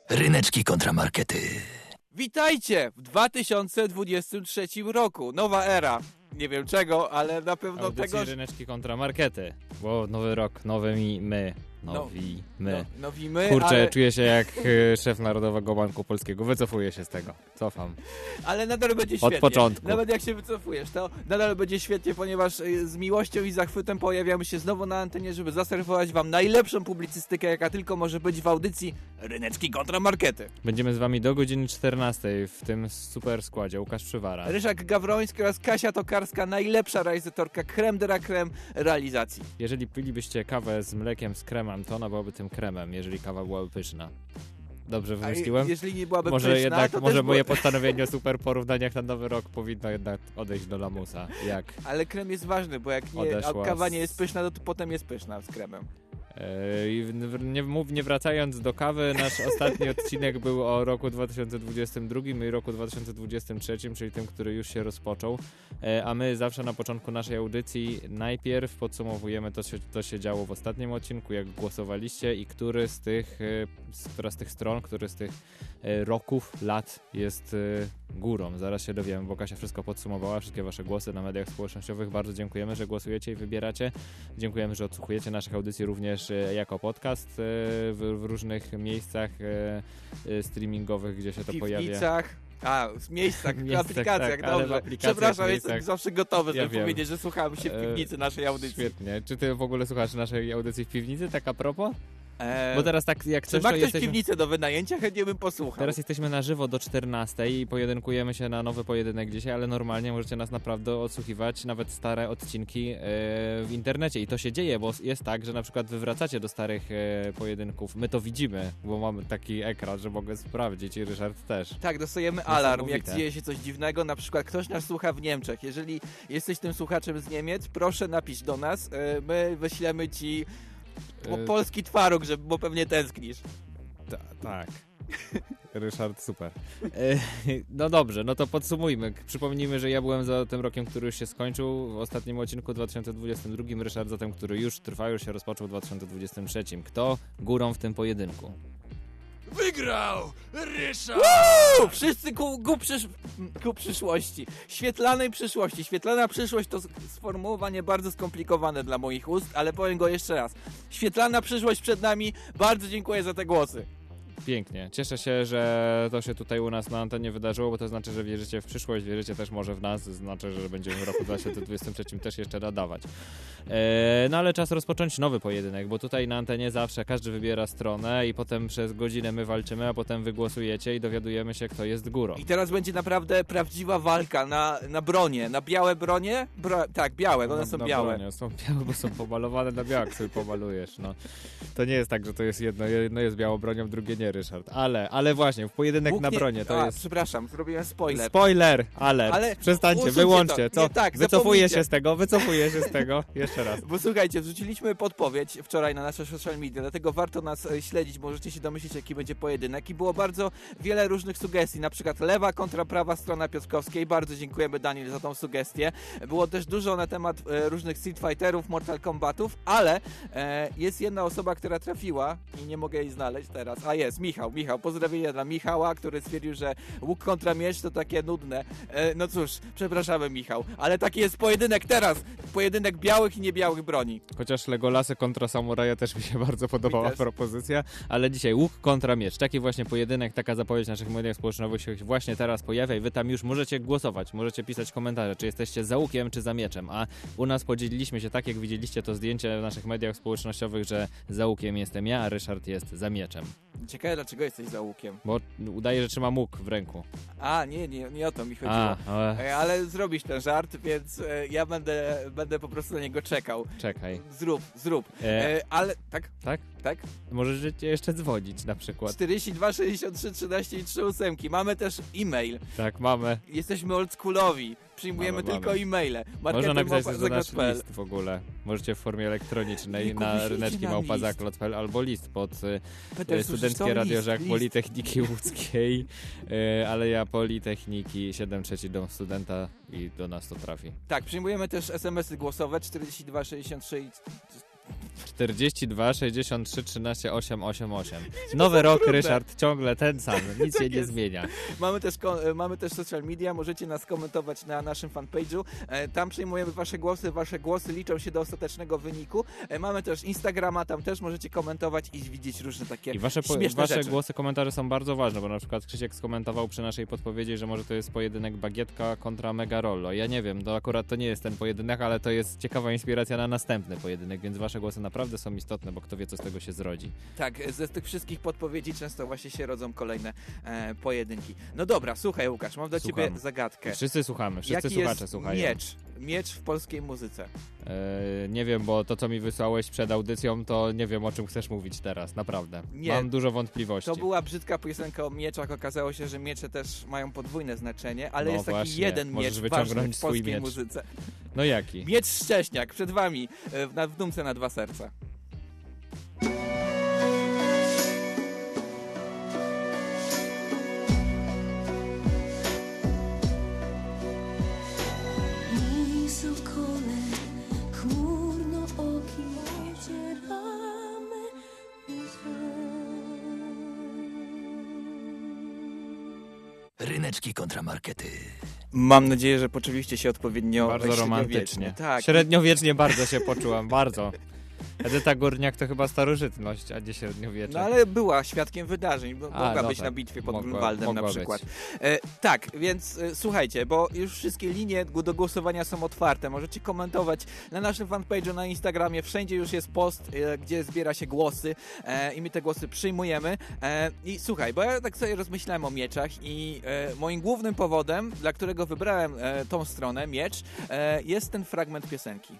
Ryneczki kontramarkety. Witajcie w 2023 roku. Nowa era. Nie wiem czego, ale na pewno Audycji tego... Ryneczki kontramarkety. Bo nowy rok, nowi my. Nowi my. Nowi my, Kurczę, ale... czuję się jak szef Narodowego Banku Polskiego. Wycofuję się z tego. Cofam. Ale nadal będzie świetnie. Od początku. Nawet jak się wycofujesz, to nadal będzie świetnie, ponieważ z miłością i zachwytem pojawiamy się znowu na antenie, żeby zaserwować wam najlepszą publicystykę, jaka tylko może być w audycji Ryneczki kontramarkety. Będziemy z wami do godziny 14 w tym super składzie. Łukasz Przywara. Ryszard Gawroński oraz Kasia Tokarska, najlepsza realizatorka creme de la creme realizacji. Jeżeli pilibyście kawę z mlekiem z kremem, to ona byłaby tym kremem, jeżeli kawa byłaby pyszna. Dobrze wymyśliłem? Jeżeli nie byłaby Może pyszna, jednak, to może też moje postanowienie o super porównaniach na nowy rok powinno jednak odejść do lamusa. Jak? Ale krem jest ważny, bo jak nie, Odeszła kawa nie jest pyszna, to potem jest pyszna z kremem. Nie wracając do kawy, nasz ostatni odcinek był o roku 2022 i roku 2023, czyli tym, który już się rozpoczął, a my zawsze na początku naszej audycji najpierw podsumowujemy to, co się działo w ostatnim odcinku, jak głosowaliście i która z tych stron, który z tych roków, lat jest górą. Zaraz się dowiemy, bo Kasia wszystko podsumowała, wszystkie wasze głosy na mediach społecznościowych. Bardzo dziękujemy, że głosujecie i wybieracie. Dziękujemy, że odsłuchujecie naszych audycji również jako podcast w różnych miejscach streamingowych, gdzie się to pojawia. W miejscach, w aplikacjach, tak, ale w dobrze. aplikacjach, Przepraszam, jestem zawsze gotowy, żeby wiem. powiedzieć, że słuchamy się w piwnicy naszej audycji. Świetnie. Czy ty w ogóle słuchasz naszej audycji w piwnicy, tak a propos? Bo teraz tak jak czy coś, ma to ktoś jesteśmy... piwnicę do wynajęcia? Chętnie bym posłuchał. Teraz jesteśmy na żywo do 14 i pojedynkujemy się na nowy pojedynek dzisiaj, ale normalnie możecie nas naprawdę odsłuchiwać, nawet stare odcinki w internecie i to się dzieje, bo jest tak, że na przykład wy wracacie do starych pojedynków, my to widzimy, bo mamy taki ekran, że mogę sprawdzić i Ryszard też. Tak, dostajemy alarm, jak Niesamowite. dzieje się coś dziwnego, na przykład ktoś nas słucha w Niemczech. Jeżeli jesteś tym słuchaczem z Niemiec, proszę napisz do nas, my wyślemy ci polski twaróg, bo pewnie tęsknisz. Tak. Ryszard, super. No dobrze, no to podsumujmy. Przypomnijmy, że ja byłem za tym rokiem, który już się skończył w ostatnim odcinku 2022, Ryszard za tym, który już trwa, już się rozpoczął w 2023. Kto górą w tym pojedynku? Wygrał Ryszard! Wszyscy ku przyszłości. Świetlanej przyszłości. Świetlana przyszłość to sformułowanie bardzo skomplikowane dla moich ust, ale powiem go jeszcze raz. Świetlana przyszłość przed nami. Bardzo dziękuję za te głosy. Pięknie. Cieszę się, że to się tutaj u nas na antenie wydarzyło, bo to znaczy, że wierzycie w przyszłość, wierzycie też może w nas, znaczy, że będziemy w roku 2023 też jeszcze nadawać. No ale czas rozpocząć nowy pojedynek, bo tutaj na antenie zawsze każdy wybiera stronę i potem przez godzinę my walczymy, a potem wy głosujecie i dowiadujemy się, kto jest górą. I teraz będzie naprawdę prawdziwa walka na bronie. Na białe bronie? Tak, białe, one są białe. Bronie. Są białe, bo są pomalowane na białek, sobie pomalujesz. No. To nie jest tak, że to jest jedno jest białą bronią, drugie nie, Ryszard. Ale właśnie, w pojedynek na bronie to jest... Przepraszam, zrobiłem spoiler. Spoiler, ale przestańcie, wyłączcie. To. Nie, tak, wycofuję się z tego. Jeszcze raz. Bo słuchajcie, wrzuciliśmy podpowiedź wczoraj na nasze social media, dlatego warto nas śledzić, możecie się domyślić, jaki będzie pojedynek i było bardzo wiele różnych sugestii, na przykład lewa kontra prawa strona Piotrkowskiej. Bardzo dziękujemy, Daniel, za tą sugestię. Było też dużo na temat różnych Street Fighterów, Mortal Kombatów, ale jest jedna osoba, która trafiła i nie mogę jej znaleźć teraz. A jest, Michał, pozdrowienia dla Michała, który stwierdził, że łuk kontra miecz to takie nudne. No cóż, przepraszamy, Michał, ale taki jest pojedynek teraz. Pojedynek białych i niebiałych broni. Chociaż Legolasy kontra Samuraja też mi się bardzo podobała propozycja, ale dzisiaj łuk kontra miecz. Taki właśnie pojedynek, taka zapowiedź w naszych mediach społecznościowych się właśnie teraz pojawia i wy tam już możecie głosować, możecie pisać komentarze, czy jesteście za łukiem, czy za mieczem, a u nas podzieliliśmy się tak, jak widzieliście to zdjęcie w naszych mediach społecznościowych, że za łukiem jestem ja, a Ryszard jest za mieczem. Ciekawe, dlaczego jesteś za łukiem. Bo udaje, że trzyma łuk w ręku. A, nie o to mi chodziło. Ale zrobisz ten żart, więc ja będę po prostu na niego czekał. Czekaj. Zrób. Ale tak? Tak? Możesz jeszcze dzwonić na przykład. 42 63 13 i 3 ósemki. Mamy też e-mail. Tak, mamy. Jesteśmy oldschoolowi. Przyjmujemy tylko e-maile. Można napisać też nasz list w ogóle. Możecie w formie elektronicznej na ryneczki@zaklot.pl albo list pod Studenckie Radio Żak Politechniki Łódzkiej, Aleja Politechniki 7 Dom Studenta i do nas to trafi. Tak, przyjmujemy też SMS-y głosowe 42 63 42 63 13 888. Nowy rok, trudne. Ryszard, ciągle ten sam, nic się Tak nie jest. zmienia. Mamy też social media, możecie nas komentować na naszym fanpage'u. Tam przyjmujemy wasze głosy liczą się do ostatecznego wyniku. Mamy też Instagrama, tam też możecie komentować i widzieć różne takie I wasze śmieszne rzeczy. głosy, komentarze są bardzo ważne, bo na przykład Krzysiek skomentował przy naszej podpowiedzi, że może to jest pojedynek Bagietka kontra Mega Rollo. Ja nie wiem, akurat to nie jest ten pojedynek, ale to jest ciekawa inspiracja na następny pojedynek, więc wasze głosy naprawdę są istotne, bo kto wie, co z tego się zrodzi. Tak, ze tych wszystkich podpowiedzi często właśnie się rodzą kolejne pojedynki. No dobra, słuchaj Łukasz, mam do ciebie zagadkę. Wszyscy słuchamy, wszyscy Jaki słuchacze jest słuchają. miecz w polskiej muzyce? Nie wiem, bo to, co mi wysłałeś przed audycją, to nie wiem, o czym chcesz mówić teraz, naprawdę. Nie. Mam dużo wątpliwości. To była brzydka piosenka o mieczach, okazało się, że miecze też mają podwójne znaczenie, ale No jest taki właśnie, jeden możesz miecz wyciągnąć ważny w swój polskiej miecz. muzyce. No jaki? Miecz Szcześniak, przed wami, w dumce na 2 serca. Mój sokole, chmurno oki, ocieramy Ryneczki kontramarkety. Mam nadzieję, że poczuliście się odpowiednio Bardzo średniowiecznie. romantycznie. Tak. Średniowiecznie bardzo się poczułam, bardzo. Edyta Górniak to chyba starożytność, a nie średniowiecze. No ale była świadkiem wydarzeń, mogła być tak. na bitwie pod Mogła Grunwaldem na przykład. być. Tak, więc słuchajcie, bo już wszystkie linie do głosowania są otwarte. Możecie komentować na naszym fanpage'u, na Instagramie, wszędzie już jest post, gdzie zbiera się głosy i my te głosy przyjmujemy. I słuchaj, bo ja tak sobie rozmyślałem o mieczach i moim głównym powodem, dla którego wybrałem tą stronę, miecz, jest ten fragment piosenki.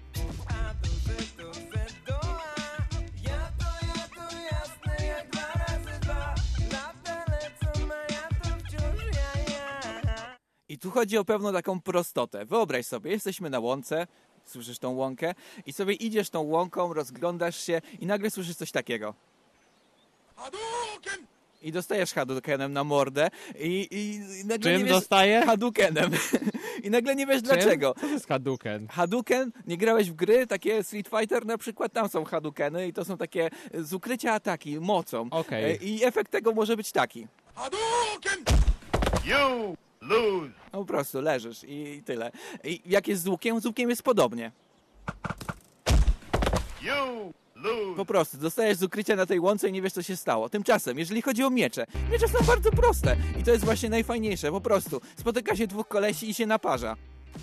I tu chodzi o pewną taką prostotę. Wyobraź sobie, jesteśmy na łące, słyszysz tą łąkę i sobie idziesz tą łąką, rozglądasz się i nagle słyszysz coś takiego. I dostajesz Hadoukenem na mordę i nagle Czym nie wiesz... dostaję? Hadoukenem. I nagle nie wiesz dlaczego. Co to jest Hadouken? Hadouken, nie grałeś w gry, takie Street Fighter na przykład, tam są Hadoukeny i to są takie z ukrycia ataki, mocą. Okej. I efekt tego może być taki. You lose. No po prostu leżysz i tyle. I jak jest z łukiem? Z łukiem jest podobnie. You lose. Po prostu dostajesz z ukrycia na tej łące i nie wiesz co się stało. Tymczasem, jeżeli chodzi o miecze są bardzo proste i to jest właśnie najfajniejsze. Po prostu spotyka się dwóch kolesi i się naparza.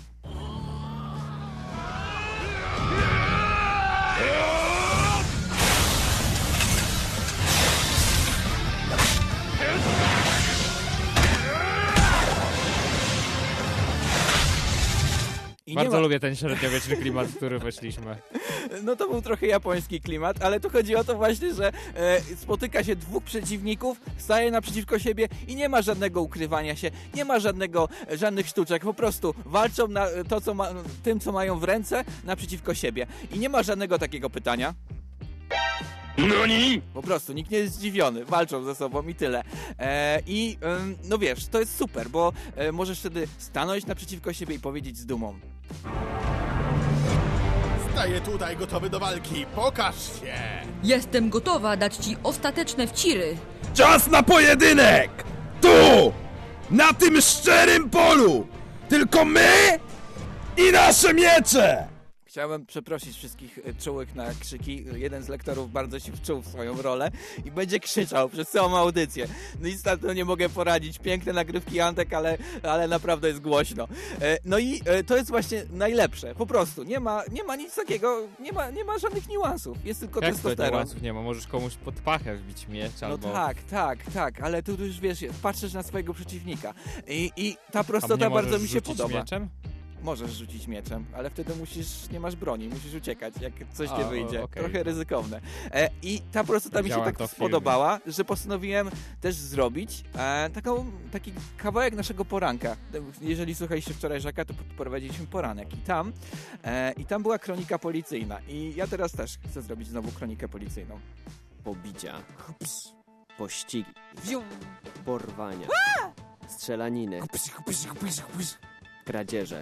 I nie Bardzo ma- lubię ten średniowieczny klimat, w który weszliśmy. No to był trochę japoński klimat, ale tu chodzi o to właśnie, że spotyka się dwóch przeciwników, staje naprzeciwko siebie i nie ma żadnego ukrywania się, nie ma żadnych sztuczek, po prostu walczą na tym, co mają w ręce, naprzeciwko siebie. I nie ma żadnego takiego pytania. Nani? Po prostu, nikt nie jest zdziwiony, walczą ze sobą i tyle. No wiesz, to jest super, bo możesz wtedy stanąć naprzeciwko siebie i powiedzieć z dumą. Staję tutaj gotowy do walki, pokaż się! Jestem gotowa dać ci ostateczne wciry. Czas na pojedynek! Tu! Na tym szczerym polu! Tylko my i nasze miecze! Chciałem przeprosić wszystkich czułych na krzyki. Jeden z lektorów bardzo się wczuł w swoją rolę i będzie krzyczał przez całą audycję. No i niestety nie mogę poradzić. Piękne nagrywki Antek, ale naprawdę jest głośno. No i to jest właśnie najlepsze. Po prostu. Nie ma nic takiego, nie ma żadnych niuansów. Jest tylko Jak to testosteron. niuansów nie ma? Możesz komuś pod pachę wbić miecz No albo... tak, ale tu już wiesz, patrzysz na swojego przeciwnika. I ta A prostota mnie bardzo możesz mi się rzucić podoba. mieczem? Możesz rzucić mieczem, ale wtedy nie masz broni, musisz uciekać, jak coś nie wyjdzie. okej. Trochę ryzykowne. I ta prostota mi się Widziałem tak to w filmie. spodobała, że postanowiłem też zrobić taki kawałek naszego poranka. Jeżeli słuchaliście wczoraj Żaka, to prowadziliśmy poranek i tam była kronika policyjna. I ja teraz też chcę zrobić znowu kronikę policyjną. Pobicia, pościgi, porwania, strzelaniny, kradzieże.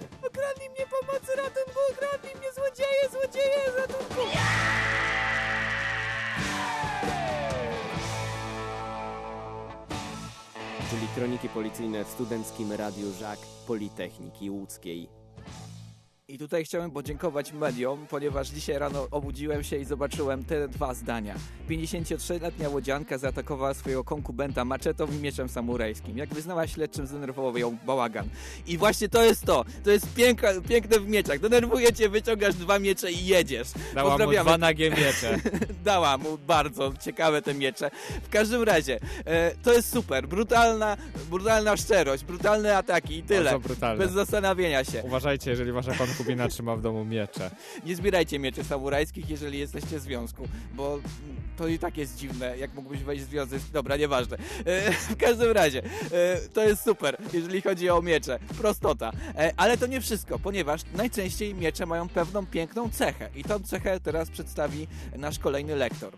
Okradli mnie, pomocy, ratunku! Okradli mnie, złodzieje, ratunku! czyli kroniki policyjne w Studenckim Radiu Żak Politechniki Łódzkiej. I tutaj chciałem podziękować mediom, ponieważ dzisiaj rano obudziłem się i zobaczyłem te dwa zdania. 53-letnia łodzianka zaatakowała swojego konkubenta maczetą i mieczem samurajskim. Jak wyznała śledczym, zdenerwował ją bałagan. I właśnie to jest to. To jest piękne w mieczach. Denerwuje cię, wyciągasz 2 miecze i jedziesz. Dała mu 2 nagie miecze. Dała mu bardzo ciekawe te miecze. W każdym razie, to jest super. Brutalna szczerość, brutalne ataki i tyle. Bardzo brutalne. Bez zastanawiania się. Uważajcie, jeżeli wasza konkubina trzyma w domu miecze. Nie zbierajcie mieczy samurajskich, jeżeli jesteście w związku, bo to i tak jest dziwne, jak mógłbyś wejść w związek. Dobra, nieważne. W każdym razie, to jest super, jeżeli chodzi o miecze. Prostota. Ale to nie wszystko, ponieważ najczęściej miecze mają pewną piękną cechę i tą cechę teraz przedstawi nasz kolejny lektor.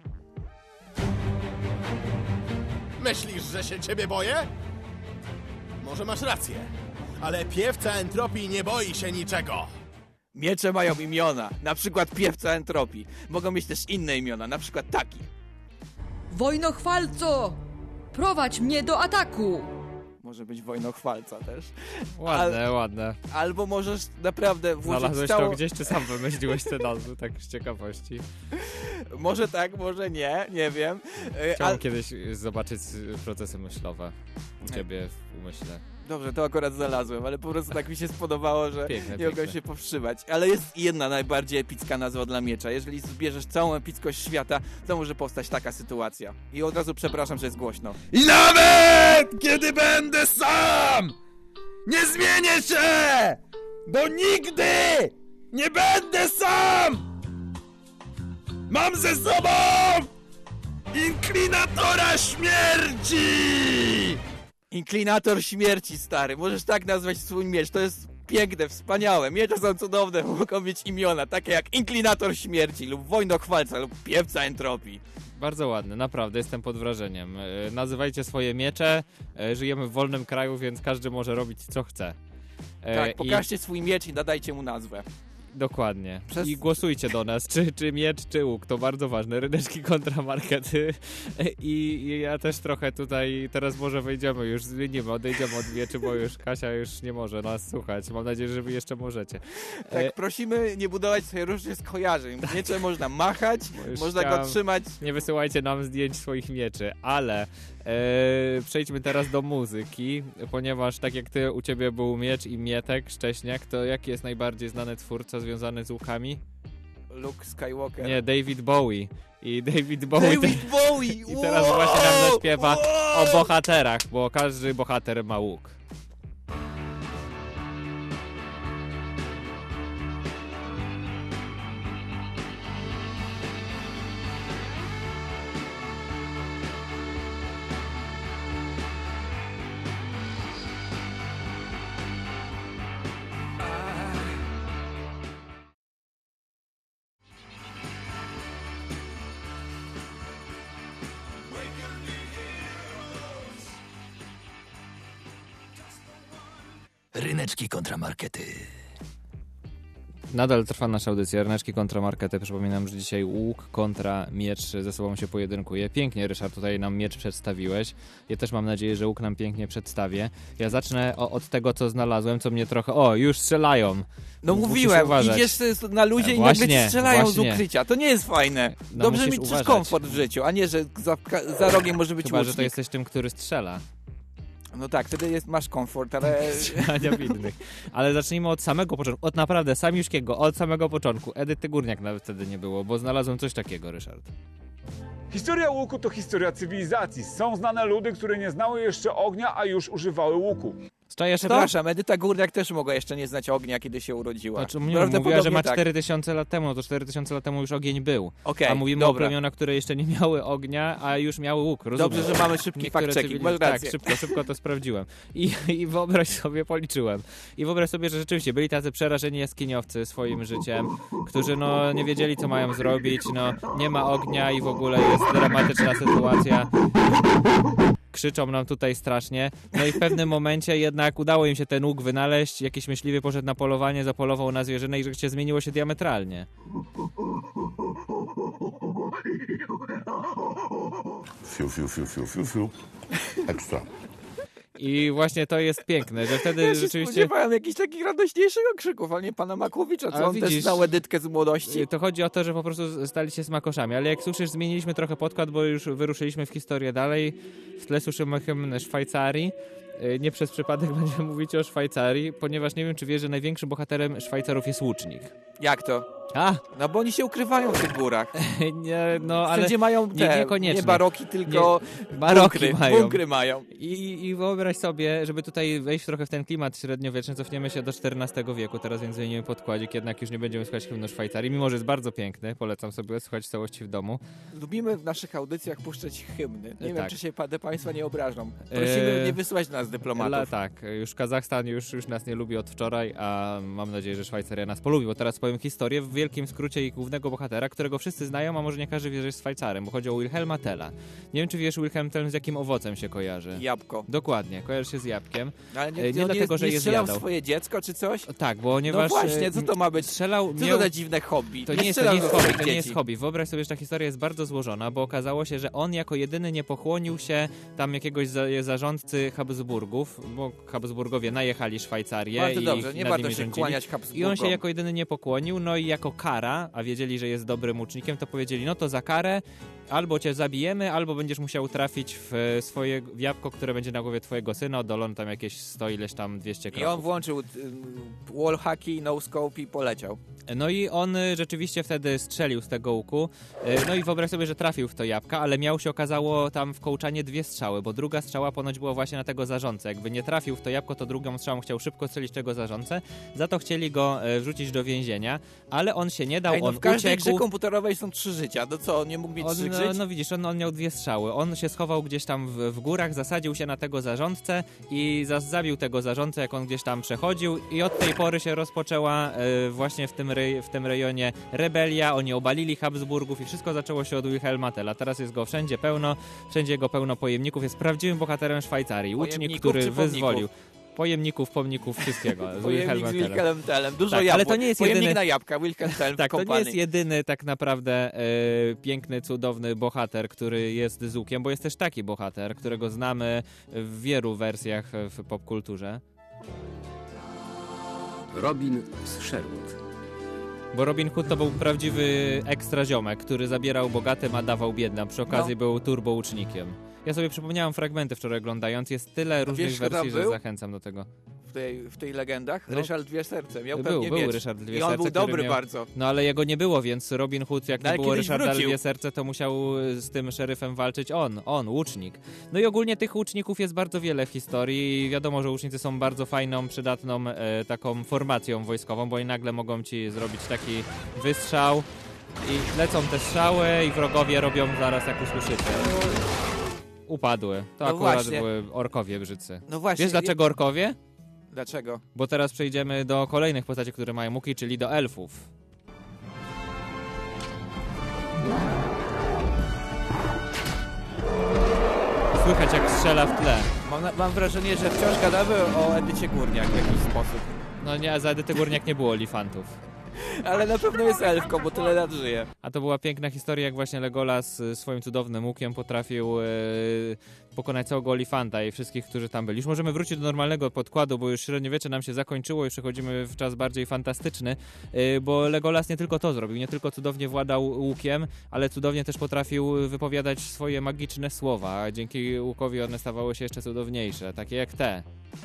Myślisz, że się ciebie boję? Może masz rację, ale piewca entropii nie boi się niczego. Miecze mają imiona, na przykład piewca entropii. Mogą mieć też inne imiona, na przykład taki. Wojnochwalco! Prowadź mnie do ataku! Może być wojnochwalca też. Ładne. Albo możesz naprawdę włożyć Znalazłeś całą... to gdzieś, czy sam wymyśliłeś te nazwy, tak z ciekawości? Może tak, może nie wiem. Chciałem kiedyś zobaczyć procesy myślowe u ciebie w umyśle. Dobrze, to akurat znalazłem, ale po prostu tak mi się spodobało, że Piękne, nie mogłem się powstrzymać. Ale jest jedna najbardziej epicka nazwa dla miecza. Jeżeli zbierzesz całą epickość świata, to może powstać taka sytuacja. I od razu przepraszam, że jest głośno. I nawet kiedy będę sam, nie zmienię się, bo nigdy nie będę sam. Mam ze sobą Inklinatora Śmierci. Inklinator śmierci, stary. Możesz tak nazwać swój miecz. To jest piękne, wspaniałe. Miecze są cudowne, mogą mieć imiona, takie jak Inklinator śmierci lub Wojnochwalca lub Piewca entropii. Bardzo ładne, naprawdę, jestem pod wrażeniem. Nazywajcie swoje miecze, żyjemy w wolnym kraju, więc każdy może robić co chce. Tak, pokażcie swój miecz i nadajcie mu nazwę. Dokładnie. I głosujcie do nas, czy miecz, czy łuk, to bardzo ważne. Ryneczki kontra markety. I ja też trochę tutaj, teraz może wejdziemy, już zmienimy, odejdziemy od mieczy, bo już Kasia już nie może nas słuchać. Mam nadzieję, że wy jeszcze możecie. Tak, prosimy nie budować sobie różnych skojarzeń. Miecze można machać, można go trzymać. Nie wysyłajcie nam zdjęć swoich mieczy, ale przejdźmy teraz do muzyki, ponieważ tak jak u ciebie był miecz i Mietek, Szcześniak, to jaki jest najbardziej znany twórca związany z łukami? Luke Skywalker. Nie, David Bowie. I David Bowie i teraz wow! właśnie nam zaśpiewa o bohaterach, bo każdy bohater ma łuk. Ryneczki kontra markety. Nadal trwa nasza audycja Ryneczki kontra markety. Przypominam, że dzisiaj łuk kontra miecz ze sobą się pojedynkuje. Pięknie, Ryszard, tutaj nam miecz przedstawiłeś. Ja też mam nadzieję, że łuk nam pięknie przedstawię. Ja zacznę od tego, co znalazłem, co mnie trochę... O, już strzelają! No mówiłem, idziesz na luzie i nagle ci strzelają z ukrycia. To nie jest fajne. No, dobrze mieć też komfort w życiu, a nie, że za rogiem może być Chyba, łucznik. że to jesteś tym, który strzela. No tak, wtedy masz komfort, ale... Strzelania w innych. Ale zacznijmy od samego początku. Od naprawdę Samiuszkiego, od samego początku. Edyty Górniak nawet wtedy nie było, bo znalazłem coś takiego, Ryszard. Historia łuku to historia cywilizacji. Są znane ludy, które nie znały jeszcze ognia, a już używały łuku. Przepraszam, Edyta Górniak też mogła jeszcze nie znać ognia, kiedy się urodziła. Znaczy, mówiła, że ma 4000 lat temu, no to 4000 lat temu już ogień był. A mówimy o plemionach, które jeszcze nie miały ognia, a już miały łuk. Rozumiem. Dobrze, że mamy szybki fact-checking, masz rację. Tak, szybko to sprawdziłem. I wyobraź sobie, policzyłem. I wyobraź sobie, że rzeczywiście byli tacy przerażeni jaskiniowcy swoim życiem, którzy no nie wiedzieli, co mają zrobić, no nie ma ognia i w ogóle jest dramatyczna sytuacja. Krzyczą nam tutaj strasznie. No i w pewnym momencie jednak udało im się ten łuk wynaleźć. Jakiś myśliwy poszedł na polowanie, zapolował na zwierzynę i życie zmieniło się diametralnie. Fiu. Ekstra. I właśnie to jest piękne, że wtedy Ja się rzeczywiście... spodziewałem jakichś takich radośniejszych okrzyków, ale nie pana Makłowicza, co Ale on widzisz, też znał edytkę z młodości. To chodzi o to, że po prostu stali się smakoszami, ale jak słyszysz, zmieniliśmy trochę podkład, bo już wyruszyliśmy w historię dalej. W tle słyszymy hymn Szwajcarii. Nie przez przypadek będziemy mówić o Szwajcarii, ponieważ nie wiem, czy wiesz, że największym bohaterem Szwajcarów jest łucznik. Jak to? A! No bo oni się ukrywają w tych górach. Nie, no ale... Wszędzie mają te, niekoniecznie. nie baroki, tylko baroki bunkry mają. I wyobraź sobie, żeby tutaj wejść trochę w ten klimat średniowieczny, cofniemy się do XIV wieku, teraz więc zmienimy podkładzik, jednak już nie będziemy słuchać hymnu Szwajcarii, mimo że jest bardzo piękny, polecam sobie słuchać w całości w domu. Lubimy w naszych audycjach puszczać hymny. Nie wiem, Tak. czy się Państwa nie obrażą. Prosimy nie wysyłać do nas dyplomatów. Tak, już Kazachstan już nas nie lubi od wczoraj, a mam nadzieję, że Szwajcaria nas polubi, bo teraz powiem historię w wielkim skrócie i głównego bohatera, którego wszyscy znają, a może nie każdy wie, że jest Szwajcarem, bo chodzi o Wilhelma Tella. Nie wiem, czy wiesz, Wilhelm Tell z jakim owocem się kojarzy. Jabłko. Dokładnie, kojarzy się z jabłkiem. Ale nie dlatego, że je strzelał zjadał. swoje dziecko, czy coś? Tak, ponieważ... No właśnie, co to ma być? Strzelał... Co to za dziwne hobby? To nie jest hobby, to nie jest hobby. Wyobraź sobie, że ta historia jest bardzo złożona, bo okazało się, że on jako jedyny nie pochłonił się tam jakiegoś zarządcy Habsburgów, bo Habsburgowie najechali Szwajcarię bardzo i dobrze, nie nad warto nimi się rządzili. kłaniać Habsburgom. I on się jako jedyny nie pokłonił, no i jako kara, a wiedzieli, że jest dobrym łucznikiem, to powiedzieli, no to za karę albo cię zabijemy, albo będziesz musiał trafić w swoje jabłko, które będzie na głowie twojego syna, oddalono tam jakieś 100 ileś tam 200 kroków. I on włączył wallhacki, no scope i poleciał. No i on rzeczywiście wtedy strzelił z tego łuku, no i wyobraź sobie, że trafił w to jabłka, ale miał się okazało tam w kołczanie 2 strzały, bo druga strzała ponoć była właśnie na tego zarządcę. Jakby nie trafił w to jabłko, to drugą strzałą chciał szybko strzelić tego zarządcę, za to chcieli go wrzucić do więzienia, ale on się nie dał, on w każdej uciekł. grze komputerowej są 3 życia, to co, on nie mógł mieć 3 żyć? No widzisz, on miał 2 strzały, on się schował gdzieś tam w górach, zasadził się na tego zarządcę i zabił tego zarządcę, jak on gdzieś tam przechodził i od tej pory się rozpoczęła właśnie w tym rejonie rebelia, oni obalili Habsburgów i wszystko zaczęło się od Wilhelma Tella. Teraz jest go wszędzie go pełno pojemników, jest prawdziwym bohaterem Szwajcarii, łucznik, który wyzwolił. Pojemników, pomników, wszystkiego. Z Wilhelmem Tellem. Dużo tak, jabłek. ale to nie jest Pojemnik jedyny... na jabłka, Wilhelm Tell Tak, kompanii. to nie jest jedyny tak naprawdę piękny, cudowny bohater, który jest z łukiem, bo jest też taki bohater, którego znamy w wielu wersjach w popkulturze. Robin z Sherwood. Bo Robin Hood to był prawdziwy ekstra ziomek, który zabierał bogatym, a dawał biednym. Przy okazji był turbo łucznikiem. Ja sobie przypomniałem fragmenty wczoraj oglądając. Jest tyle różnych wersji, że zachęcam do tego. W tej legendach? No. Ryszard Dwie Serce. Miał Był pewnie mieć. Ryszard Dwie I on Serce, był dobry miał... bardzo. No ale jego nie było, więc Robin Hood, jak nie było Ryszarda wrócił. Dwie Serce, to musiał z tym szeryfem walczyć on, łucznik. No i ogólnie tych łuczników jest bardzo wiele w historii i wiadomo, że łucznicy są bardzo fajną, przydatną taką formacją wojskową, bo i nagle mogą ci zrobić taki wystrzał i lecą te strzały i wrogowie robią zaraz, jak usłyszycie. Upadły. To No akurat właśnie. były orkowie brzydcy. No właśnie. Wiesz dlaczego orkowie? Dlaczego? Bo teraz przejdziemy do kolejnych postaci, które mają łuki, czyli do elfów. Słychać jak strzela w tle. Mam wrażenie, że wciąż gadamy o Edycie Górniak w jakiś sposób. No nie, za Edyty Górniak nie było olifantów. Ale na pewno jest elfką, bo tyle lat żyje. A to była piękna historia, jak właśnie Legolas swoim cudownym łukiem potrafił pokonać całego olifanta i wszystkich, którzy tam byli. Już możemy wrócić do normalnego podkładu, bo już średniowiecze nam się zakończyło i przechodzimy w czas bardziej fantastyczny, bo Legolas nie tylko to zrobił, nie tylko cudownie władał łukiem, ale cudownie też potrafił wypowiadać swoje magiczne słowa, a dzięki łukowi one stawały się jeszcze cudowniejsze, takie jak te.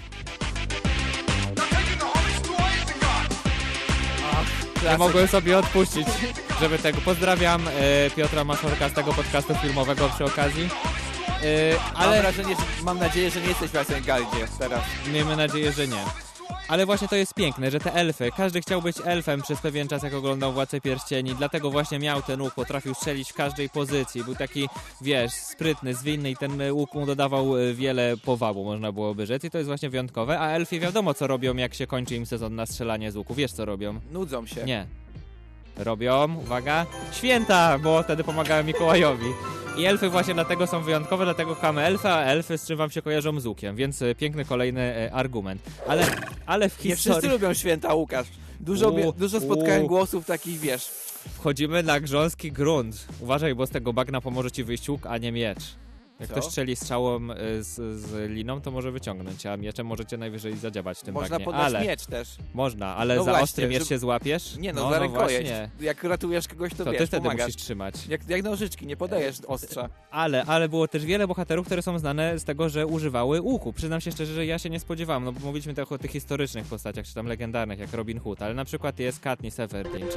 Nie mogłem sobie odpuścić, żeby tego... Pozdrawiam Piotra Maszorka z tego podcastu filmowego przy okazji. Ale mam nadzieję, że nie jesteś w Isengard teraz. Miejmy nadzieję, że nie. Ale właśnie to jest piękne, że te elfy, każdy chciał być elfem przez pewien czas, jak oglądał Władcę Pierścieni, dlatego właśnie miał ten łuk, potrafił strzelić w każdej pozycji, był taki, wiesz, sprytny, zwinny i ten łuk mu dodawał wiele powabu, można byłoby rzec i to jest właśnie wyjątkowe, a elfy wiadomo co robią, jak się kończy im sezon na strzelanie z łuku, wiesz co robią? Nudzą się. Nie. Robią, uwaga, święta, bo wtedy pomagają Mikołajowi. I elfy właśnie dlatego są wyjątkowe, dlatego kochamy elfy, a elfy z czym wam się kojarzą z łukiem, więc piękny kolejny argument. Ale w historii... Nie wszyscy lubią święta, Łukasz. Dużo spotkałem głosów takich, wiesz... Wchodzimy na grząski grunt. Uważaj, bo z tego bagna pomoże ci wyjść łuk, a nie miecz. Jak Co? ktoś strzeli strzałą z liną, to może wyciągnąć, a mieczem możecie najwyżej zadziabać w tym Można bagnie. podać Ale miecz też. można, ale No za właśnie, ostry miecz żeby- się złapiesz? Nie no, za rękojeść. właśnie. Jak ratujesz kogoś, to To wiesz, ty wtedy pomagasz. musisz trzymać. Jak nożyczki, nie podajesz ostrza. Ale było też wiele bohaterów, które są znane z tego, że używały łuku. Przyznam się szczerze, że ja się nie spodziewałem, no bo mówiliśmy też o tych historycznych postaciach, czy tam legendarnych, jak Robin Hood, ale na przykład jest Katniss Everdeen,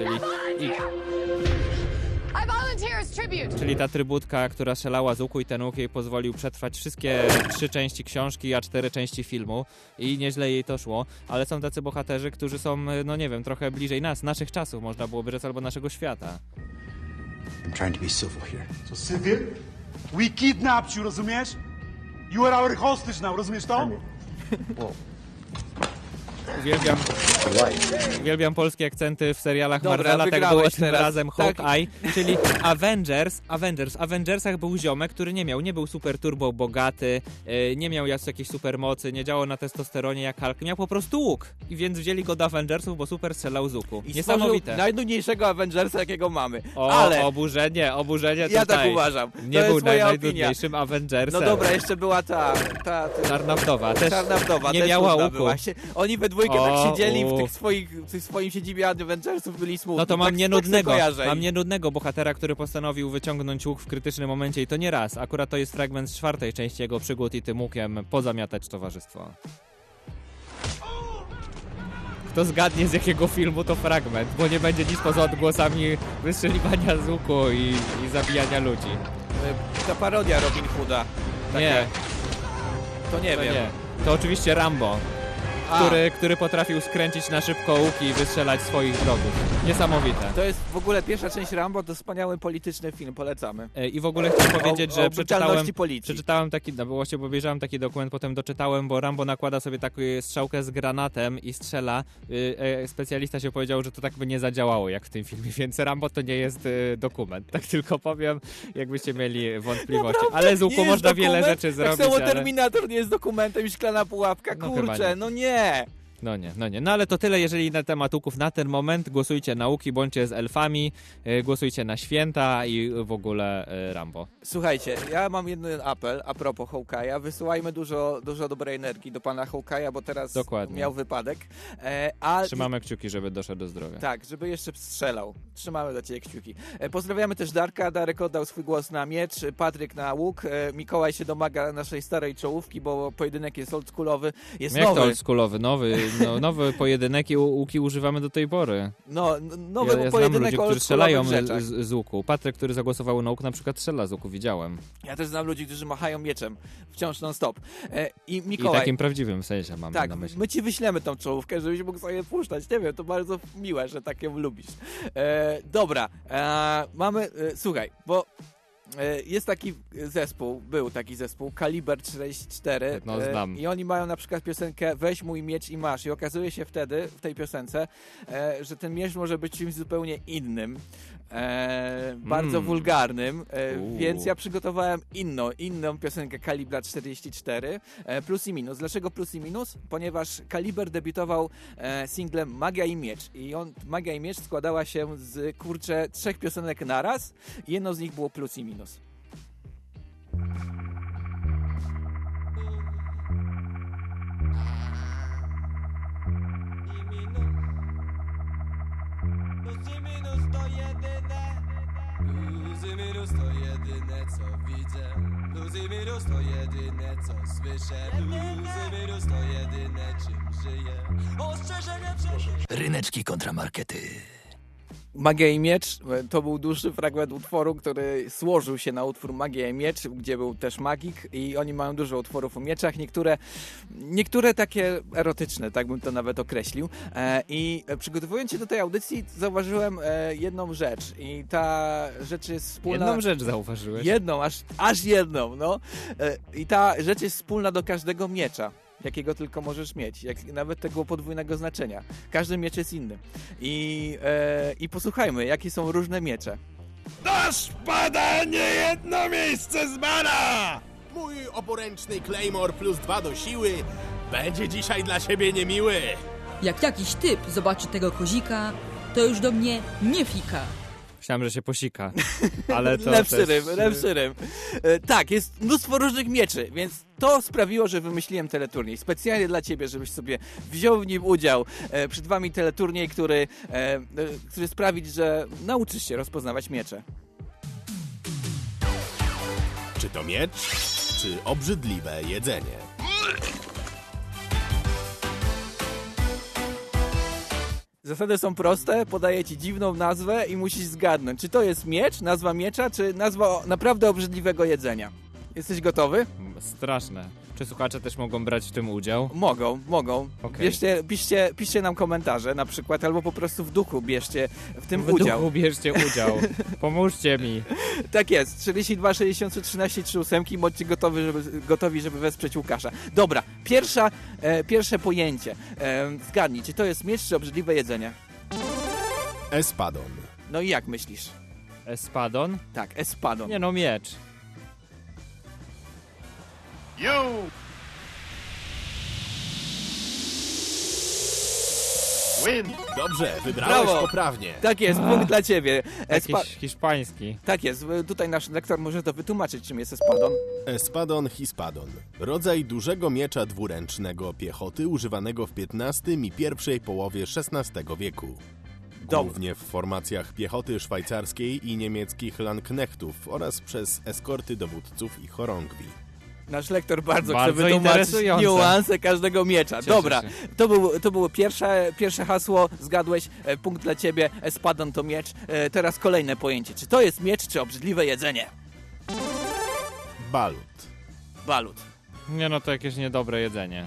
czyli ta trybutka, która strzelała z łuku i ten łuk jej pozwolił przetrwać wszystkie 3 części książki, a 4 części filmu i nieźle jej to szło, ale są tacy bohaterzy, którzy są, no nie wiem, trochę bliżej nas, naszych czasów, można byłoby rzec, albo naszego świata. I'm trying to be civil here. So civil? We kidnapped you, rozumiesz? You are our hostage now, rozumiesz to? Uwielbiam polskie akcenty w serialach Dobra, Marvela, tak wygrałeś było tym teraz. razem Tak. Hawkeye, czyli W Avengersach był ziomek, który nie był super turbo bogaty, nie miał jakiejś supermocy, nie działał na testosteronie jak Hulk, miał po prostu łuk. I więc wzięli go do Avengersów, bo super strzelał z łuku. I Niesamowite. najnudniejszego Avengersa, jakiego mamy. Ale Oburzenie ja tutaj. tak uważam. Nie To był jest moja najdudniejszym opinia. Avengersem. No dobra, jeszcze była ta Czarna wdowa. Też Czarna wdowa nie też miała nudna łuku. była. Oni we dwójkę tak siedzieli w u. tych swoim siedzibie Avengersów, byli smutni. No to mam tak, nienudnego, tak sobie mam nienudnego bohatera, który postanowił wyciągnąć łuk w krytycznym momencie i to nie raz. Akurat to jest fragment z 4. części jego przygód i tym łukiem pozamiatać towarzystwo. Kto zgadnie z jakiego filmu to fragment, bo nie będzie nic poza odgłosami wystrzeliwania z łuku i zabijania ludzi. Ta parodia Robin Hooda. Taka. Nie, To nie to wiem. nie. To oczywiście Rambo, który potrafił skręcić na szybko łuki i wystrzelać swoich wrogów. Niesamowite. To jest w ogóle pierwsza część Rambo, to wspaniały polityczny film, polecamy. I w ogóle chciałem powiedzieć, że brutalności policji. przeczytałem taki, no bo właśnie obejrzałem taki dokument, potem doczytałem, bo Rambo nakłada sobie taką strzałkę z granatem i strzela. Specjalista się powiedział, że to tak by nie zadziałało jak w tym filmie, więc Rambo to nie jest dokument. Tak tylko powiem, jakbyście mieli wątpliwości. Naprawdę? Ale z łuku Nie jest można wiele dokument? rzeczy zrobić. Tak samo ale... Terminator nie jest dokumentem i Szklana Pułapka. No chyba Kurczę, nie. no nie. No nie. No ale to tyle, jeżeli na temat łuków na ten moment. Głosujcie na łuki, bądźcie z elfami, głosujcie na święta i w ogóle Rambo. Słuchajcie, ja mam jeden apel a propos Hawkeye'a. Wysyłajmy dużo dobrej energii do pana Hawkeye'a, bo teraz Dokładnie. miał wypadek. Trzymamy kciuki, żeby doszedł do zdrowia. Tak, żeby jeszcze strzelał. Trzymamy dla ciebie kciuki. Pozdrawiamy też Darka. Darek oddał swój głos na miecz, Patryk na łuk. Mikołaj się domaga naszej starej czołówki, bo pojedynek jest oldschoolowy. Jest Jak nowy. to oldschoolowy? Nowy pojedynek i łuki używamy do tej pory. Nowy Ja znam pojedynek ludzi, o którzy strzelają rzeczach. z łuku. Patryk, który zagłosował na łuk, na przykład strzela z łuku, widziałem. Ja też znam ludzi, którzy machają mieczem. Wciąż non-stop. I I Mikołaj... takim prawdziwym sensie mam Tak, na myśli. my ci wyślemy tą czołówkę, żebyś mógł sobie puszczać. Nie wiem, to bardzo miłe, że tak ją lubisz. Dobra, mamy... słuchaj, bo jest taki zespół, był taki zespół, Kaliber 44 No, znam. i oni mają na przykład piosenkę Weź mój miecz i masz i okazuje się wtedy, w tej piosence, że ten miecz może być czymś zupełnie innym, bardzo wulgarnym, więc ja przygotowałem inną piosenkę Kalibra 44, plus i minus. Dlaczego plus i minus? Ponieważ Kaliber debiutował singlem Magia i Miecz i Magia i Miecz składała się z 3 piosenek naraz i jedno z nich było plus i minus. Plus i minus to jedyne co widzę. Plus i minus to jedyne co słyszę. Plus i minus to jedyne czym żyję. Ostrzeżenie przed... Ryneczki kontramarkety. Magia i Miecz to był dłuższy fragment utworu, który złożył się na utwór Magia i Miecz, gdzie był też magik i oni mają dużo utworów o mieczach, niektóre takie erotyczne, tak bym to nawet określił. I przygotowując się do tej audycji zauważyłem jedną rzecz i ta rzecz jest wspólna... Jedną rzecz zauważyłeś? Jedną, aż jedną, no. I ta rzecz jest wspólna do każdego miecza, jakiego tylko możesz mieć, nawet tego podwójnego znaczenia. Każdy miecz jest inny. I posłuchajmy, jakie są różne miecze. Dasz pada niejedno miejsce z bana! Mój oporęczny Claymore plus 2 do siły będzie dzisiaj dla siebie niemiły. Jak jakiś typ zobaczy tego kozika, to już do mnie nie fika. Myślałem, że się posika, ale to lepszy też... rym. Tak, jest mnóstwo różnych mieczy, więc to sprawiło, że wymyśliłem teleturniej. Specjalnie dla ciebie, żebyś sobie wziął w nim udział. Przed wami teleturniej, który sprawi, że nauczysz się rozpoznawać miecze. Czy to miecz, czy obrzydliwe jedzenie? Zasady są proste, podaję ci dziwną nazwę i musisz zgadnąć, czy to jest miecz, nazwa miecza, czy nazwa naprawdę obrzydliwego jedzenia. Jesteś gotowy? Straszne. Czy słuchacze też mogą brać w tym udział? Mogą. Okay. Piszcie nam komentarze na przykład, albo po prostu w duchu bierzcie w tym w udział. W duchu bierzcie udział. Pomóżcie mi. Tak jest. 42 63 13 38. Bądźcie gotowi, żeby wesprzeć Łukasza. Dobra, pierwsze pojęcie. Zgadnij, czy to jest miecz, czy obrzydliwe jedzenie? Espadon. No i jak myślisz? Espadon? Tak, espadon. Nie no, miecz. Win! Dobrze, wybrałeś Brawo. poprawnie. Tak jest, punkt dla ciebie. Jakiś hiszpański. Tak jest, tutaj nasz lektor może to wytłumaczyć, czym jest espadon. Espadon hispadon. Rodzaj dużego miecza dwuręcznego piechoty używanego w XV i pierwszej połowie XVI wieku. Głównie w formacjach piechoty szwajcarskiej i niemieckich Landknechtów oraz przez eskorty dowódców i chorągwi. Nasz lektor bardzo chce wytłumaczyć interesujące. niuanse każdego miecza. Cieszę Dobra, się. to było pierwsze hasło, zgadłeś, punkt dla ciebie, espadon to miecz. Teraz kolejne pojęcie. Czy to jest miecz, czy obrzydliwe jedzenie? Balut. Nie no, to jakieś niedobre jedzenie.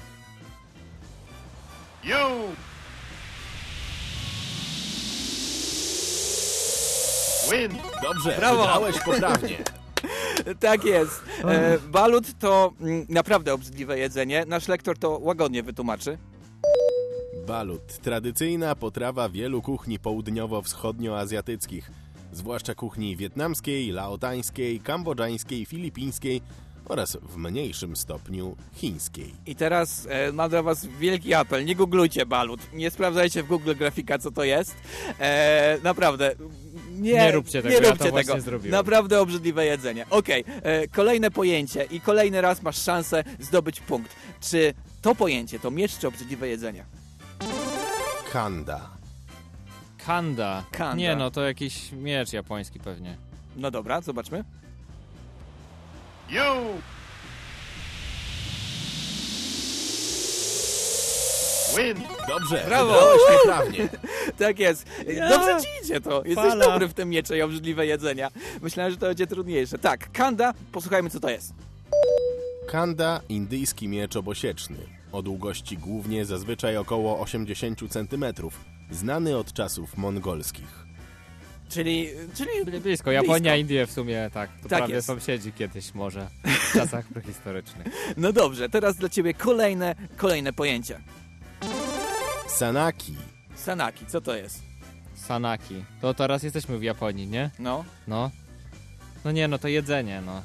Win! Dobrze, Brawo. wybrałeś poprawnie. Tak jest. Balut to naprawdę obrzydliwe jedzenie. Nasz lektor to łagodnie wytłumaczy. Balut. Tradycyjna potrawa wielu kuchni południowo-wschodnioazjatyckich, zwłaszcza kuchni wietnamskiej, laotańskiej, kambodżańskiej, filipińskiej oraz w mniejszym stopniu chińskiej. I teraz mam dla was wielki apel. Nie googlujcie balut. Nie sprawdzajcie w Google grafika, co to jest. Naprawdę. Nie róbcie tego, ja to właśnie zrobiłem. Naprawdę obrzydliwe jedzenie. Okej, kolejne pojęcie i kolejny raz masz szansę zdobyć punkt. Czy to pojęcie to miecz, czy obrzydliwe jedzenie? Kanda. Kanda. Nie no, to jakiś miecz japoński pewnie. No dobra, zobaczmy. Win! Dobrze, Brawo. wybrałeś poprawnie. Tak jest. Dobrze ci idzie to. Jesteś dobry w tym miecze i obrzydliwe jedzenia. Myślałem, że to będzie trudniejsze. Tak, kanda. Posłuchajmy, co to jest. Kanda, indyjski miecz obosieczny. O długości głównie zazwyczaj około 80 cm. Znany od czasów mongolskich. Czyli blisko. Japonia, Indie w sumie tak. To tak prawie jest. sąsiedzi kiedyś może w czasach prehistorycznych. No dobrze, teraz dla ciebie kolejne pojęcie. Sanaki. Sanaki, co to jest? Sanaki. To teraz jesteśmy w Japonii, nie? No. No. No nie, no to jedzenie, no.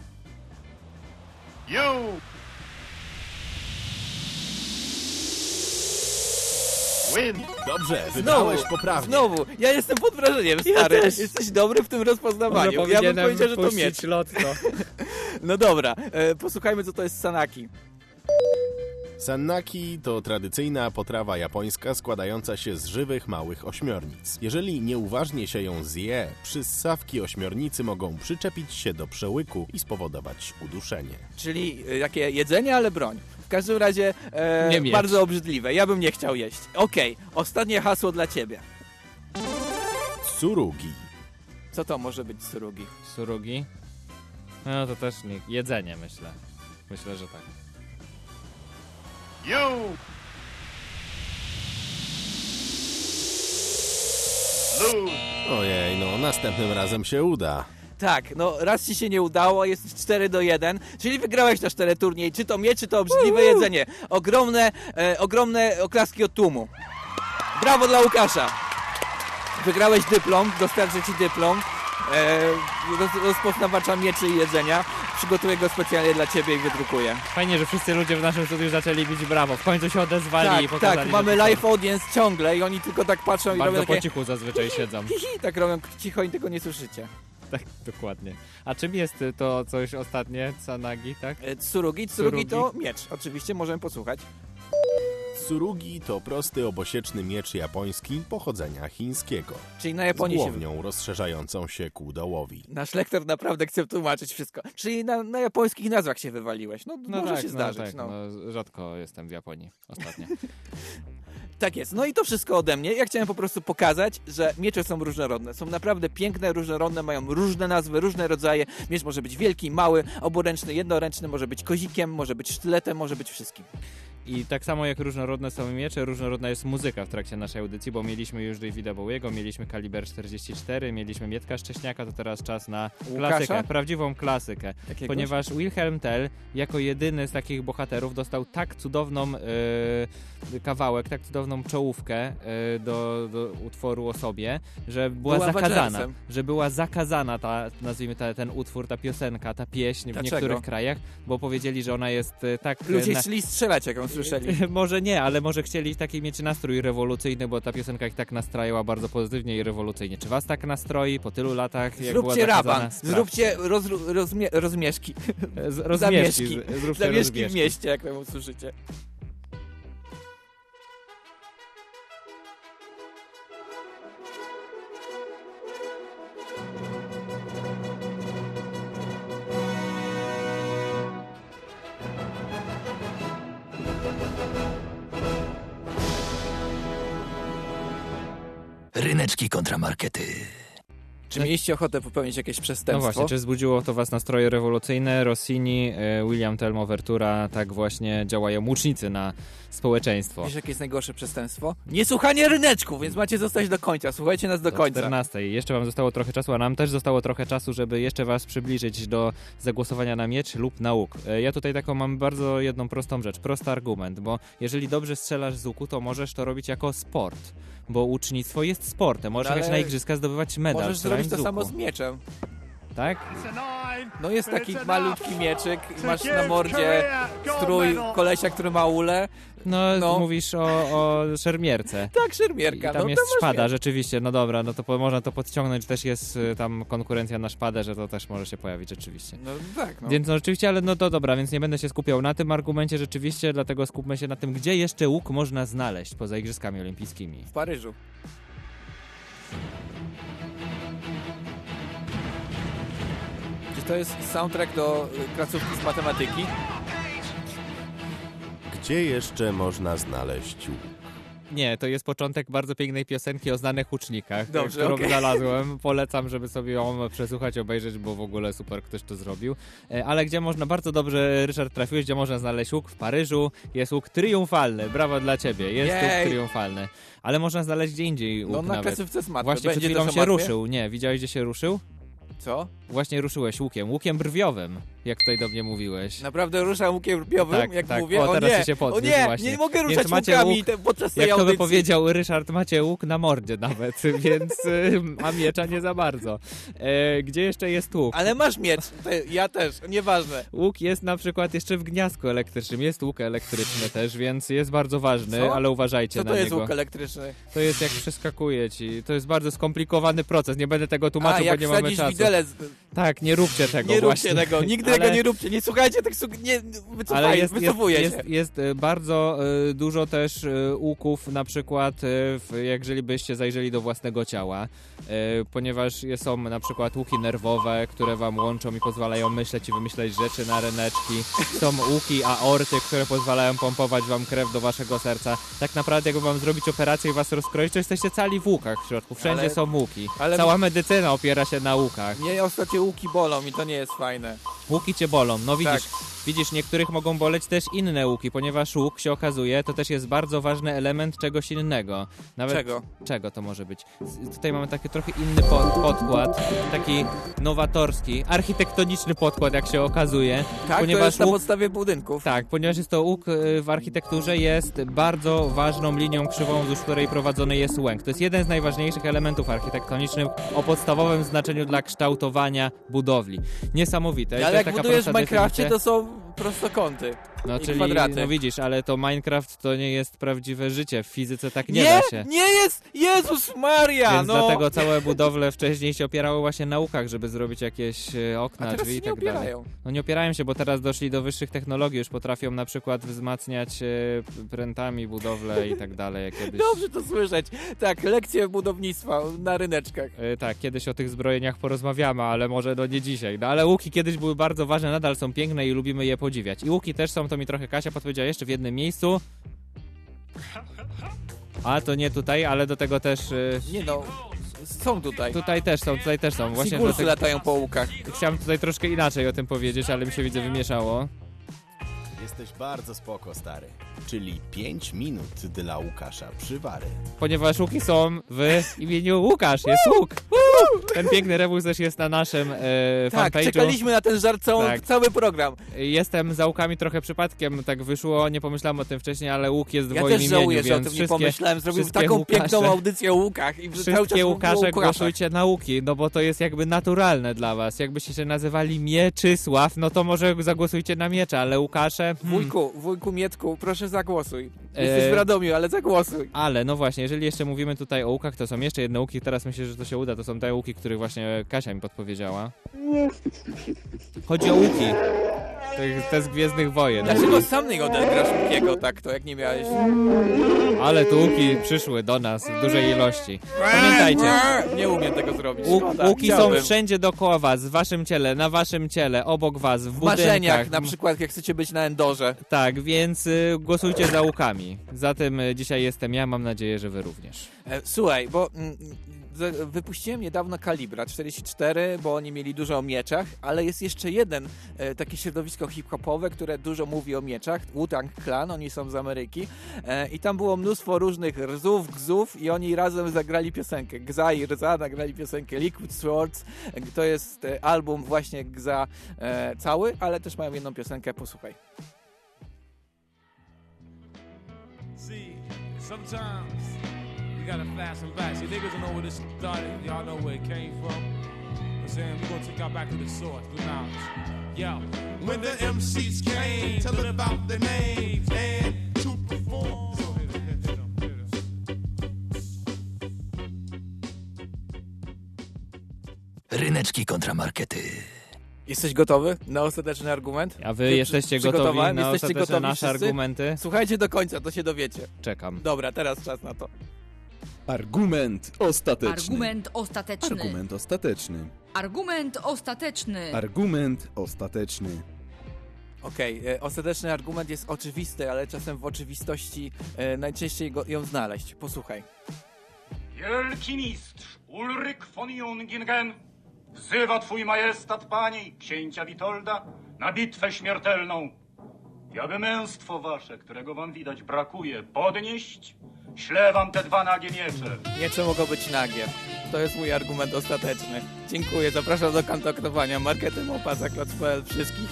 Win! Dobrze, wybrałeś poprawnie. Znowu, ja jestem pod wrażeniem, stary. też. Jesteś dobry w tym rozpoznawaniu. Może Ja bym powiedział, że to puścić miecz. lotto. No dobra, posłuchajmy, co to jest sanaki. Sannaki to tradycyjna potrawa japońska składająca się z żywych, małych ośmiornic. Jeżeli nieuważnie się ją zje, przyssawki ośmiornicy mogą przyczepić się do przełyku i spowodować uduszenie. Czyli jakie jedzenie, ale broń. W każdym razie Nie miecz. bardzo obrzydliwe. Ja bym nie chciał jeść. Okej, ostatnie hasło dla ciebie. Tsurugi. Co to może być tsurugi? Surugi? No to też nie. Jedzenie, myślę. Myślę, że tak. Ojej, no następnym razem się uda. Tak, no raz ci się nie udało, jesteś 4-1, czyli wygrałeś nasz teleturniej. Czy to miecz, czy to obrzydliwe jedzenie. Ogromne oklaski od tłumu. Brawo dla Łukasza. Wygrałeś dyplom, dostarczę ci dyplom rozpoznawacza mieczy i jedzenia. przygotuję go specjalnie dla ciebie i wydrukuję. Fajnie, że wszyscy ludzie w naszym studiu zaczęli bić brawo. W końcu się odezwali i pokazali. Tak, mamy live audience ciągle i oni tylko tak patrzą i bardzo robią takie... po cichu zazwyczaj siedzą. Tak robią cicho i tego nie słyszycie. Tak, dokładnie. A czym jest to coś ostatnie? Tsanagi, tak? Tsurugi to miecz. Oczywiście możemy posłuchać. Tsurugi to prosty, obosieczny miecz japoński pochodzenia chińskiego. Czyli na Japonii z głownią rozszerzającą się ku dołowi. Nasz lektor naprawdę chce tłumaczyć wszystko. Czyli na japońskich nazwach się wywaliłeś. No może tak, się zdarzyć. Tak, rzadko jestem w Japonii ostatnio. Tak jest. No i to wszystko ode mnie. Ja chciałem po prostu pokazać, że miecze są różnorodne. Są naprawdę piękne, różnorodne, mają różne nazwy, różne rodzaje. Miecz może być wielki, mały, oburęczny, jednoręczny, może być kozikiem, może być sztyletem, może być wszystkim. I tak samo jak różnorodne są miecze, różnorodna jest muzyka w trakcie naszej audycji, bo mieliśmy już Davida Bowiego, mieliśmy Kaliber 44, mieliśmy Mietka Szcześniaka, to teraz czas na klasykę, prawdziwą klasykę. Jakiegoś? Ponieważ Wilhelm Tell jako jedyny z takich bohaterów dostał tak cudowną kawałek, tak cudowną czołówkę do utworu o sobie, że była zakazana. Że była zakazana nazwijmy ten utwór, ta piosenka, ta pieśń w niektórych krajach, bo powiedzieli, że ona jest tak... Ludzie chcieli strzelać, jak ją słyszeli. Może nie, ale może chcieli taki mieć nastrój rewolucyjny, bo ta piosenka ich tak nastrajała bardzo pozytywnie i rewolucyjnie. Czy was tak nastroi po tylu latach? Jak zróbcie raban, zróbcie rozmieszki. Zamieszki w mieście, jak ją usłyszycie. Ryneczki kontramarkety. Czy mieliście ochotę popełnić jakieś przestępstwo? No właśnie, czy wzbudziło to was nastroje rewolucyjne? Rossini, William Tell, Overtura, tak właśnie działają łucznicy na społeczeństwo. Wiesz, jakie jest najgorsze przestępstwo? Niesłuchanie ryneczków, więc macie zostać do końca. Słuchajcie nas do końca. 14. Jeszcze wam zostało trochę czasu, a nam też zostało trochę czasu, żeby jeszcze was przybliżyć do zagłosowania na miecz lub na łuk. Ja tutaj taką mam bardzo jedną prostą rzecz, prosty argument, bo jeżeli dobrze strzelasz z łuku, to możesz to robić jako sport, bo łucznictwo jest sportem. Możesz jechać na igrzyska, zdobywać medal. Możesz zrobić to samo z mieczem. Tak? No jest taki malutki mieczyk i masz na mordzie strój kolesia, który ma ulę. No. Mówisz o szermierce. Tak, szermierka. I tam jest szpada, rzeczywiście. No dobra, no to można to podciągnąć. Też jest tam konkurencja na szpadę, że to też może się pojawić rzeczywiście. No tak, Więc rzeczywiście, ale no to dobra, więc nie będę się skupiał na tym argumencie rzeczywiście, dlatego skupmy się na tym, gdzie jeszcze łuk można znaleźć poza Igrzyskami Olimpijskimi. W Paryżu. Czy to jest soundtrack do klasówki z matematyki? Gdzie jeszcze można znaleźć łuk? Nie, to jest początek bardzo pięknej piosenki o znanych łucznikach, którą znalazłem. Polecam, żeby sobie ją przesłuchać, obejrzeć, bo w ogóle super ktoś to zrobił. Ale gdzie można, bardzo dobrze Ryszard trafiłeś, gdzie można znaleźć łuk? W Paryżu jest łuk triumfalny. Brawo dla ciebie, jest łuk triumfalny. Ale można znaleźć gdzie indziej łuk na klasywce z matmy. Właśnie przed chwilą się ruszył. Nie, widziałeś, gdzie się ruszył? Co? Właśnie ruszyłeś łukiem brwiowym, jak tutaj do mnie mówiłeś. Naprawdę ruszam łukiem brwiowym, jak mówię? O, teraz się podniósł właśnie. Nie mogę ruszać łukami podczas tej audycji. Jak to by powiedział Ryszard, macie łuk na mordzie nawet, więc a miecza nie za bardzo. Gdzie jeszcze jest łuk? Ale masz miecz, ja też, nieważne. Łuk jest na przykład jeszcze w gniazdku elektrycznym, jest łuk elektryczny też, więc jest bardzo ważny, ale uważajcie na niego. Co to jest łuk elektryczny? To jest jak przeskakuje ci, to jest bardzo skomplikowany proces, nie będę tego tłumaczył, bo nie mamy czasu. Tak, nie róbcie tego. Nie róbcie tego, nigdy tego nie róbcie, nie słuchajcie tak, wycofuję się. Jest bardzo dużo też łuków, na przykład jeżeli byście zajrzeli do własnego ciała, ponieważ są na przykład łuki nerwowe, które wam łączą i pozwalają myśleć i wymyśleć rzeczy na ryneczki. Są łuki aorty, które pozwalają pompować wam krew do waszego serca. Tak naprawdę jakby wam zrobić operację i was rozkroić, to jesteście cali w łukach w środku. Wszędzie są łuki. Cała medycyna opiera się na łukach. Mnie ostatnio łuki bolą i to nie jest fajne. Łuki cię bolą, no widzisz. Tak. Widzisz, niektórych mogą boleć też inne łuki, ponieważ łuk się okazuje, to też jest bardzo ważny element czegoś innego. Nawet czego to może być? Tutaj mamy taki trochę inny podkład, taki nowatorski, architektoniczny podkład, jak się okazuje. Tak, ponieważ to jest na podstawie budynków. Tak, ponieważ jest to łuk w architekturze, jest bardzo ważną linią krzywą, wzdłuż której prowadzony jest łęk. To jest jeden z najważniejszych elementów architektonicznych o podstawowym znaczeniu dla kształtowania budowli. Niesamowite. Ale jak taka budujesz w prosta Minecrafcie, definicja. to są prostokąty No i czyli, kwadraty. no widzisz, ale to Minecraft to nie jest prawdziwe życie. W fizyce tak nie Nie, da się. nie jest! Jezus Maria! Więc no. dlatego całe budowle wcześniej się opierały właśnie na naukach, żeby zrobić jakieś okna, A teraz drzwi się i nie tak dalej. opierają. No nie opierają się, bo teraz doszli do wyższych technologii, już potrafią na przykład wzmacniać prętami budowle i tak dalej. Jak kiedyś... Dobrze to słyszeć. Tak, lekcje budownictwa na ryneczkach. Tak, kiedyś o tych zbrojeniach porozmawiamy, ale może no nie dzisiaj. No ale łuki kiedyś były bardzo ważne, nadal są piękne i lubimy je podziwiać. I łuki też są, to mi trochę Kasia podpowiedziała jeszcze w jednym miejscu. A to nie tutaj, ale do tego też... Nie no, są tutaj. Tutaj też są. Właśnie Sigulsy latają po łukach. Chciałem tutaj troszkę inaczej o tym powiedzieć, ale mi się widzę wymieszało. Jesteś bardzo spoko, stary. Czyli 5 minut dla Łukasza Przywary. Ponieważ łuki są w imieniu Łukasz, jest łuk. Ten piękny rebus też jest na naszym Tak, fanpage'u. czekaliśmy na ten żart cały program. Jestem za łukami trochę przypadkiem, tak wyszło, nie pomyślałem o tym wcześniej, ale łuk jest w Ja moim też imieniu, żałuję, że o więc tym nie pomyślałem. Zrobił taką Łukasze, piękną audycję o łukach i cały czas wszystkie mówił o Łukasze Łukaszach. głosujcie na łuki, no bo to jest jakby naturalne dla was. Jakbyście się nazywali Mieczysław, no to może zagłosujcie na Miecza, ale Łukasze... Wujku Mietku, proszę zagłosuj. Jesteś w Radomiu, ale zagłosuj. Ale no właśnie, jeżeli jeszcze mówimy tutaj o łukach, to są jeszcze jedne łuki, teraz myślę, że to się uda, to są te łuki, których właśnie Kasia mi podpowiedziała. Chodzi o łuki. Te z Gwiezdnych Wojen. Dlaczego sam nie odegrasz łukiego tak, to jak nie miałeś? Ale tu łuki przyszły do nas w dużej ilości. Pamiętajcie. Nie umiem tego zrobić. Łuki są wszędzie dookoła was, w waszym ciele, na waszym ciele, obok was, w budynkach. marzeniach, na przykład jak chcecie być na Endorze. Tak, więc głosujcie za łukami. Zatem dzisiaj jestem ja, mam nadzieję, że wy również. Słuchaj, bo wypuściłem niedawno Kalibra 44, bo oni mieli dużo o mieczach, ale jest jeszcze jeden takie środowisko hip-hopowe, które dużo mówi o mieczach, Wu-Tang Clan, oni są z Ameryki i tam było mnóstwo różnych rzów, gzów i oni razem zagrali piosenkę. Gza i Rza nagrali piosenkę Liquid Swords, to jest album właśnie Gza cały, ale też mają jedną piosenkę, posłuchaj. See, sometimes you gotta fast and back. See, niggas don't know where this started. Y'all know where it came from. I'm saying we're gonna take y'all back to the source, the knowledge. Yo, when the MCs came, tell about their names and to perform. Ryneczki kontra markety. Jesteś gotowy na ostateczny argument? A wy jesteście gotowi na ostateczne nasze wszyscy? argumenty? Słuchajcie do końca, to się dowiecie. Czekam. Dobra, teraz czas na to. Argument ostateczny. Argument ostateczny. Argument ostateczny. Argument ostateczny. Argument ostateczny. Okej, ostateczny argument jest oczywisty, ale czasem w oczywistości najczęściej ją znaleźć. Posłuchaj. Wielki mistrz Ulryk von Jungingen wzywa twój majestat pani, księcia Witolda, na bitwę śmiertelną. Jaby męstwo wasze, którego wam widać brakuje, podnieść, ślę wam te dwa nagie miecze. Miecze mogą być nagie. To jest mój argument ostateczny. Dziękuję, zapraszam do kontaktowania marketing@zaklacz.pl wszystkich.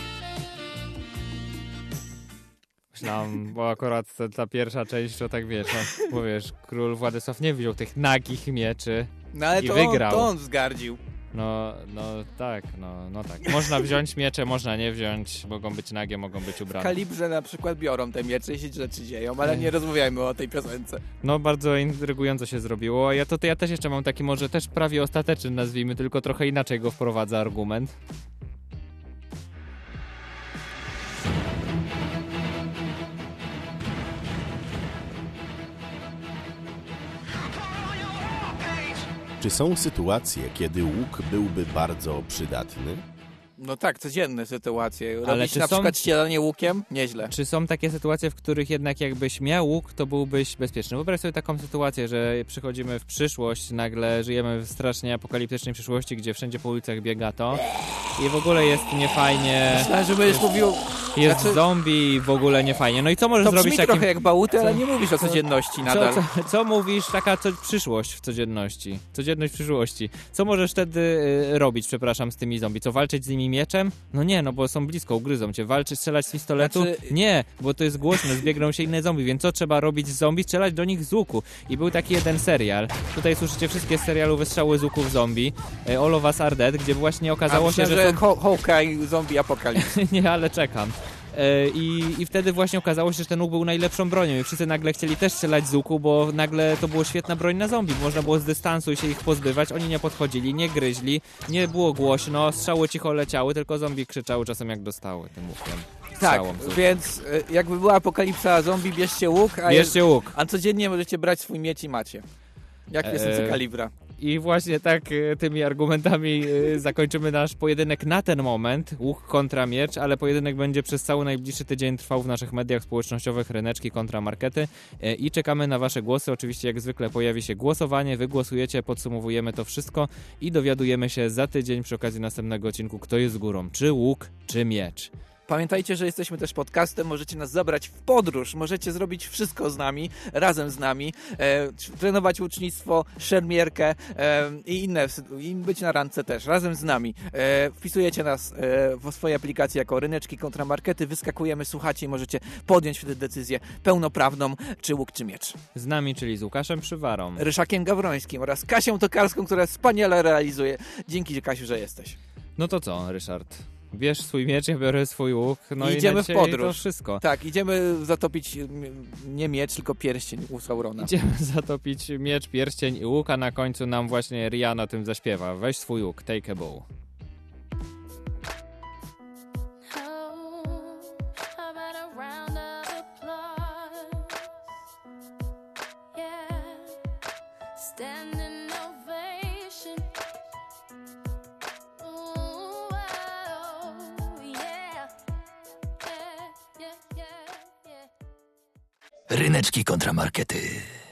Myślałem, bo akurat ta pierwsza część to tak wiesz, no, bo wiesz, król Władysław nie wziął tych nagich mieczy No ale i to wygrał. to on wzgardził. No tak. Można wziąć miecze, można nie wziąć, mogą być nagie, mogą być W ubrane. Kalibrze na przykład biorą te miecze i się rzeczy dzieją, ale nie rozmawiajmy o tej piosence. No bardzo intrygująco się zrobiło. Ja też jeszcze mam taki może też prawie ostateczny, nazwijmy, tylko trochę inaczej go wprowadza argument. Czy są sytuacje, kiedy łuk byłby bardzo przydatny? No tak, codzienne sytuacje. Ale Robić czy na są- przykład śniadanie łukiem? Nieźle. Czy są takie sytuacje, w których jednak jakbyś miał łuk, to byłbyś bezpieczny? Wyobraź sobie taką sytuację, że przychodzimy w przyszłość, nagle żyjemy w strasznie apokaliptycznej przyszłości, gdzie wszędzie po ulicach biega to i w ogóle jest niefajnie. Myślałem, że będziesz mówił... Jest Znaczy- zombie i w ogóle nie. No i co możesz To zrobić brzmi takim... trochę jak bałuty, ale nie mówisz o codzienności nadal. Co mówisz, taka przyszłość w codzienności? Codzienność w przyszłości. Co możesz wtedy robić, przepraszam, z tymi zombie? Co, walczyć z nimi nimi mieczem? No nie, no bo są blisko, ugryzą cię. Walczyć, strzelać z pistoletu? Znaczy... Nie, bo to jest głośno, zbiegną się inne zombie, więc co trzeba robić z zombie? Strzelać do nich z łuku. I był taki jeden serial, tutaj słyszycie wszystkie z serialu Wystrzały z łuków zombie, All of Us Are Dead, gdzie właśnie okazało się, że są... Hawkeye, zombie apokalipsy. Nie, ale czekam. I wtedy właśnie okazało się, że ten łuk był najlepszą bronią i wszyscy nagle chcieli też strzelać z łuku, bo nagle to było świetna broń na zombie. Można było z dystansu się ich pozbywać, oni nie podchodzili, nie gryźli, nie było głośno, strzały cicho leciały, tylko zombie krzyczały czasem jak dostały tym łukiem. Tak, więc jakby była apokalipsa zombie, bierzcie łuk, łuk. A codziennie możecie brać swój miecz i macie. Jak w piosence Kalibra. I właśnie tak tymi argumentami zakończymy nasz pojedynek na ten moment, łuk kontra miecz, ale pojedynek będzie przez cały najbliższy tydzień trwał w naszych mediach społecznościowych, ryneczki kontra markety i czekamy na wasze głosy. Oczywiście jak zwykle pojawi się głosowanie, wy głosujecie, podsumowujemy to wszystko i dowiadujemy się za tydzień przy okazji następnego odcinku, kto jest górą, czy łuk, czy miecz. Pamiętajcie, że jesteśmy też podcastem, możecie nas zabrać w podróż, możecie zrobić wszystko z nami, razem z nami, trenować łucznictwo, szermierkę i inne, i być na randce też, razem z nami. Wpisujecie nas w swojej aplikacji jako ryneczki kontra markety, wyskakujemy, słuchacie i możecie podjąć wtedy decyzję pełnoprawną, czy łuk, czy miecz. Z nami, czyli z Łukaszem Przywarą, Ryszakiem Gawrońskim oraz Kasią Tokarską, która wspaniale realizuje. Dzięki, Kasiu, że jesteś. No to co, Ryszard? Bierz swój miecz, ja biorę swój łuk, no i idziemy w podróż. To wszystko. Tak, idziemy zatopić nie miecz, tylko pierścień u Saurona. Idziemy zatopić miecz, pierścień i łuk, a na końcu nam właśnie Rihanna tym zaśpiewa. Weź swój łuk, take a bow. Ryneczki kontra markety.